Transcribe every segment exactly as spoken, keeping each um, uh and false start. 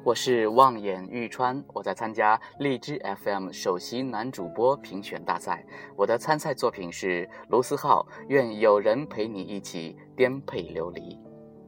我是望眼玉川，我在参加荔枝 F M 首席男主播评选大赛。我的参赛作品是卢思浩，愿有人陪你一起颠沛流离。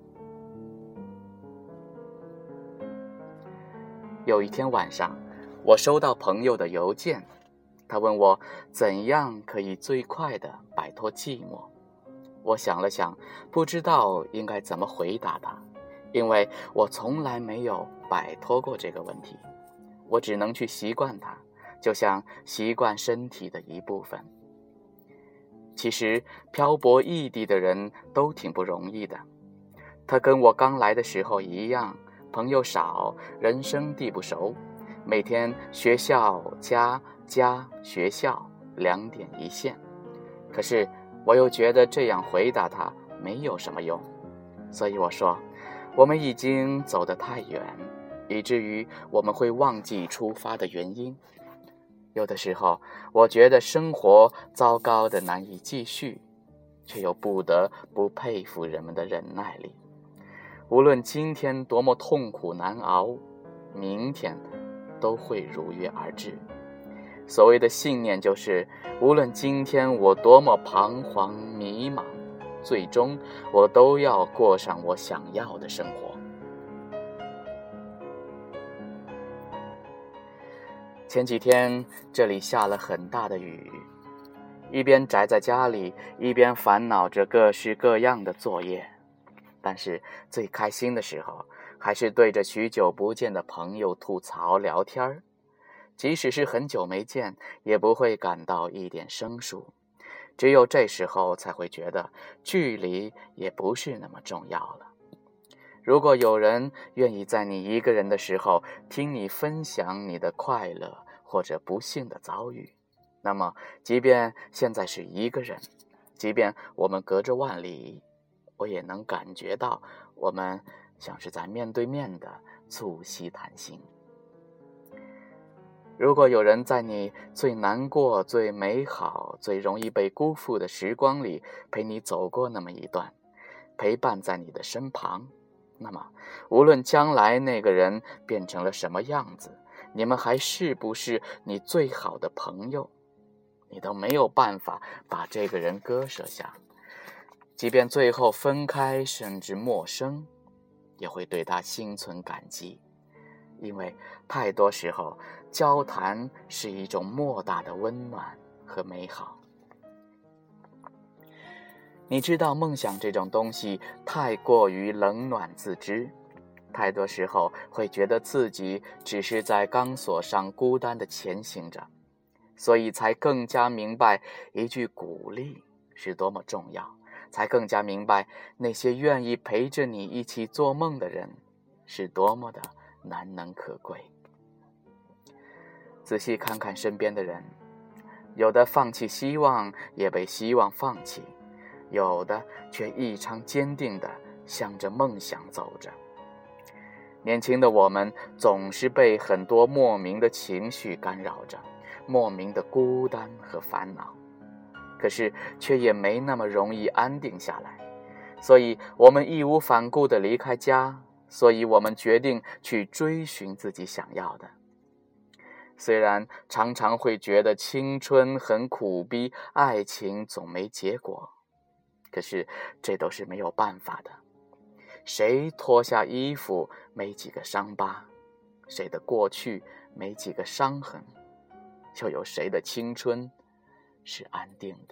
有一天晚上，我收到朋友的邮件，他问我怎样可以最快地摆脱寂寞。我想了想，不知道应该怎么回答他，因为我从来没有摆脱过这个问题，我只能去习惯它，就像习惯身体的一部分。其实漂泊异地的人都挺不容易的，他跟我刚来的时候一样，朋友少，人生地不熟，每天学校家家学校两点一线。可是我又觉得这样回答他没有什么用，所以我说，我们已经走得太远，以至于我们会忘记出发的原因。有的时候我觉得生活糟糕的难以继续，却又不得不佩服人们的忍耐力。无论今天多么痛苦难熬，明天都会如约而至。所谓的信念就是，无论今天我多么彷徨迷茫，最终我都要过上我想要的生活。前几天这里下了很大的雨，一边宅在家里，一边烦恼着各式各样的作业。但是最开心的时候，还是对着许久不见的朋友吐槽聊天，即使是很久没见，也不会感到一点生疏。只有这时候才会觉得距离也不是那么重要了。如果有人愿意在你一个人的时候听你分享你的快乐或者不幸的遭遇，那么即便现在是一个人，即便我们隔着万里，我也能感觉到我们像是在面对面的促膝谈心。如果有人在你最难过、最美好、最容易被辜负的时光里陪你走过那么一段，陪伴在你的身旁，那么无论将来那个人变成了什么样子，你们还是不是你最好的朋友，你都没有办法把这个人割舍下。即便最后分开甚至陌生，也会对他心存感激，因为太多时候交谈是一种莫大的温暖和美好。你知道，梦想这种东西太过于冷暖自知，太多时候会觉得自己只是在钢索上孤单地前行着，所以才更加明白一句鼓励是多么重要，才更加明白那些愿意陪着你一起做梦的人是多么的难能可贵。仔细看看身边的人，有的放弃希望，也被希望放弃，有的却异常坚定地向着梦想走着。年轻的我们总是被很多莫名的情绪干扰着，莫名的孤单和烦恼，可是却也没那么容易安定下来。所以我们义无反顾地离开家，所以我们决定去追寻自己想要的。虽然常常会觉得青春很苦逼，爱情总没结果，可是这都是没有办法的。谁脱下衣服没几个伤疤，谁的过去没几个伤痕，就有谁的青春是安定的。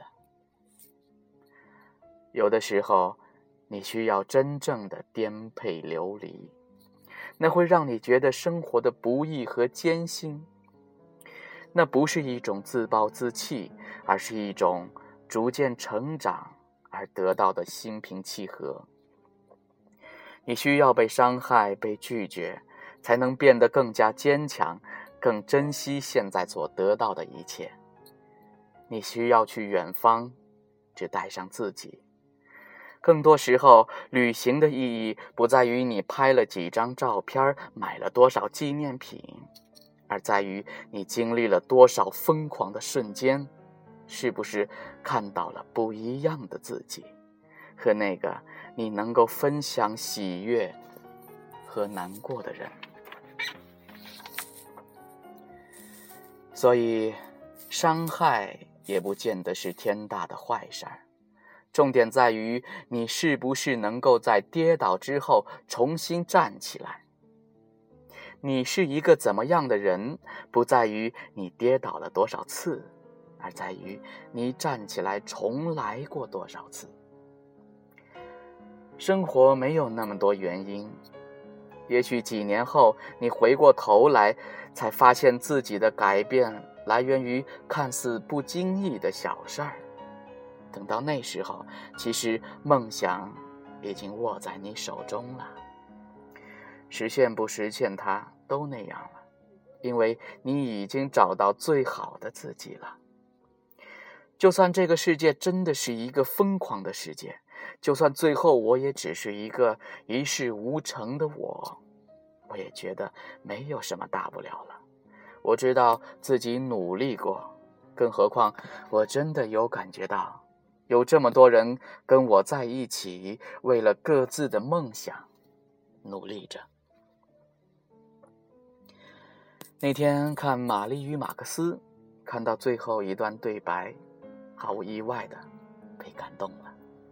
有的时候你需要真正的颠沛流离，那会让你觉得生活的不易和艰辛。那不是一种自暴自弃，而是一种逐渐成长而得到的心平气和。你需要被伤害，被拒绝，才能变得更加坚强，更珍惜现在所得到的一切。你需要去远方，只带上自己。更多时候，旅行的意义不在于你拍了几张照片，买了多少纪念品，而在于你经历了多少疯狂的瞬间，是不是看到了不一样的自己，和那个你能够分享喜悦和难过的人。 所以伤害也不见得是天大的坏事儿，重点在于你是不是能够在跌倒之后重新站起来。你是一个怎么样的人，不在于你跌倒了多少次，而在于你站起来重来过多少次。生活没有那么多原因，也许几年后你回过头来才发现自己的改变来源于看似不经意的小事儿。等到那时候，其实梦想已经握在你手中了。实现不实现它都那样了，因为你已经找到最好的自己了。就算这个世界真的是一个疯狂的世界，就算最后我也只是一个一事无成的我，我也觉得没有什么大不了了。我知道自己努力过，更何况我真的有感觉到有这么多人跟我在一起，为了各自的梦想努力着。那天看《玛丽与马克思》，看到最后一段对白，毫无意外的被感动了。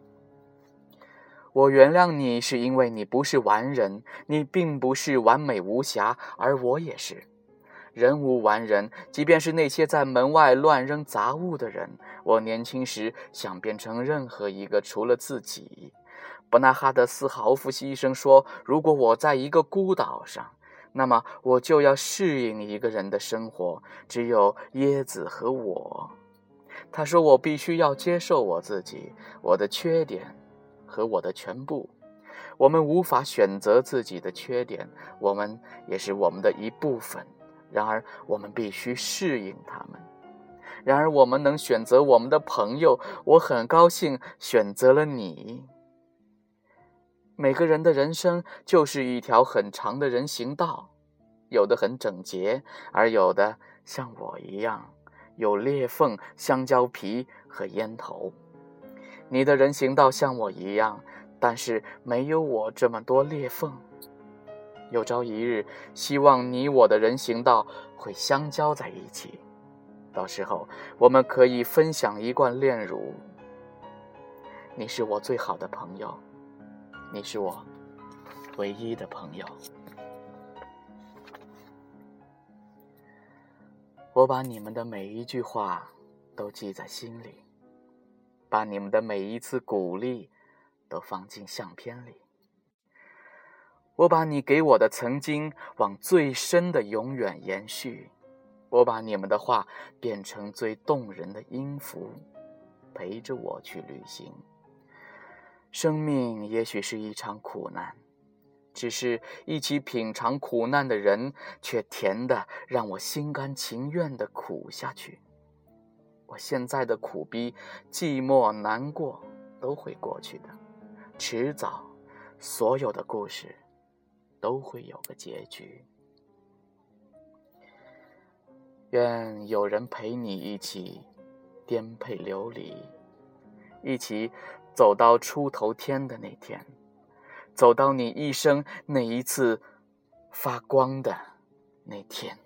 我原谅你是因为你不是完人，你并不是完美无瑕，而我也是。人无完人，即便是那些在门外乱扔杂物的人，我年轻时想变成任何一个除了自己。伯纳哈德斯豪夫医生说，如果我在一个孤岛上，那么我就要适应一个人的生活，只有椰子和我。他说我必须要接受我自己，我的缺点和我的全部。我们无法选择自己的缺点，我们也是我们的一部分，然而我们必须适应他们。然而我们能选择我们的朋友，我很高兴选择了你。每个人的人生就是一条很长的人行道，有的很整洁，而有的像我一样有裂缝、香蕉皮和烟头。你的人行道像我一样，但是没有我这么多裂缝。有朝一日，希望你我的人行道会相交在一起，到时候我们可以分享一罐炼乳。你是我最好的朋友，你是我唯一的朋友。我把你们的每一句话都记在心里，把你们的每一次鼓励都放进相片里。我把你给我的曾经往最深的永远延续，我把你们的话变成最动人的音符，陪着我去旅行。生命也许是一场苦难，只是一起品尝苦难的人却甜的让我心甘情愿地苦下去。我现在的苦逼、寂寞、难过都会过去的，迟早所有的故事都会有个结局。愿有人陪你一起颠沛流离，一起走到出头天的那天，走到你一生那一次发光的那天。